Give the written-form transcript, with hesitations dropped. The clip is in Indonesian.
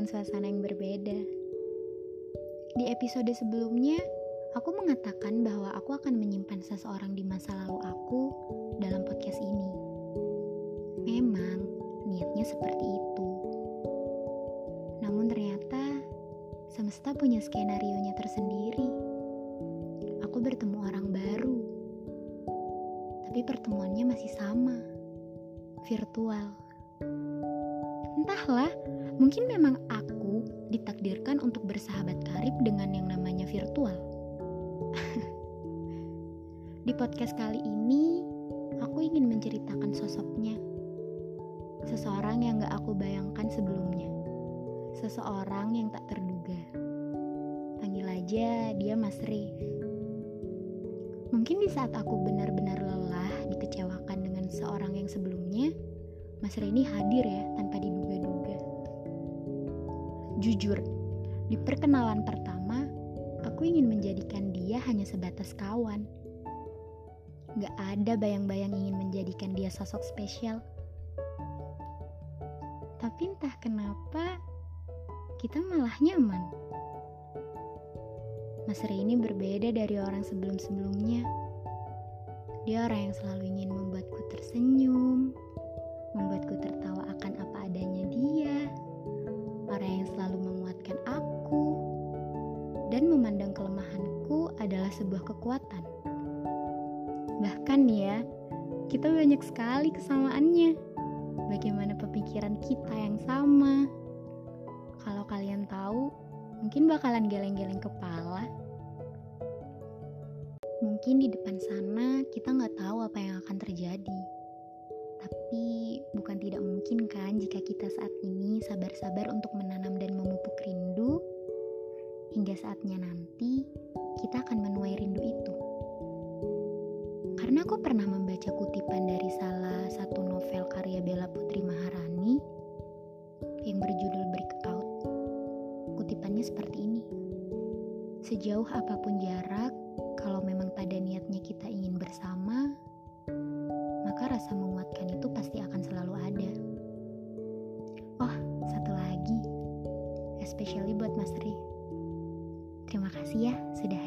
suasana yang berbeda. Di episode sebelumnya, aku mengatakan bahwa aku akan menyimpan seseorang di masa lalu aku dalam podcast ini. Memang, niatnya seperti itu. Namun ternyata, semesta punya skenario-nya tersendiri. Aku bertemu orang baru, tapi pertemuannya masih sama, virtual. Entahlah, mungkin memang aku ditakdirkan untuk bersahabat karib dengan yang namanya virtual. Di podcast kali ini, aku ingin menceritakan sosoknya. Seseorang yang gak aku bayangkan sebelumnya. Seseorang yang tak terduga. Panggil aja dia Mas Rif. Mungkin di saat aku benar-benar lelah dikecewakan dengan seorang yang sebelumnya, Mas Reni hadir ya tanpa diduga-duga. Jujur, di perkenalan pertama, aku ingin menjadikan dia hanya sebatas kawan. Gak ada bayang-bayang ingin menjadikan dia sosok spesial. Tapi entah kenapa, kita malah nyaman. Mas Reni berbeda dari orang sebelum-sebelumnya. Dia orang yang selalu ingin membuatku tersenyum, membuatku tertawa akan apa adanya dia, orang yang selalu menguatkan aku, dan memandang kelemahanku adalah sebuah kekuatan. Bahkan ya, kita banyak sekali kesamaannya. Bagaimana pemikiran kita yang sama. Kalau kalian tahu, mungkin bakalan geleng-geleng kepala. Mungkin di depan sana kita gak tahu apa yang akan terjadi. Tapi bukan tidak mungkin kan jika kita saat ini sabar-sabar untuk menanam dan memupuk rindu, hingga saatnya nanti kita akan menuai rindu itu. Karena aku pernah membaca kutipan dari salah satu novel karya Bella Putri Maharani yang berjudul Breakout. Kutipannya seperti ini. Sejauh apapun jarak, kalau memang pada niatnya kita ingin bersama, maka rasa menguatkan itu pasti akan selalu ada. Oh, satu lagi, especially buat Mas Ri. Terima kasih ya sudah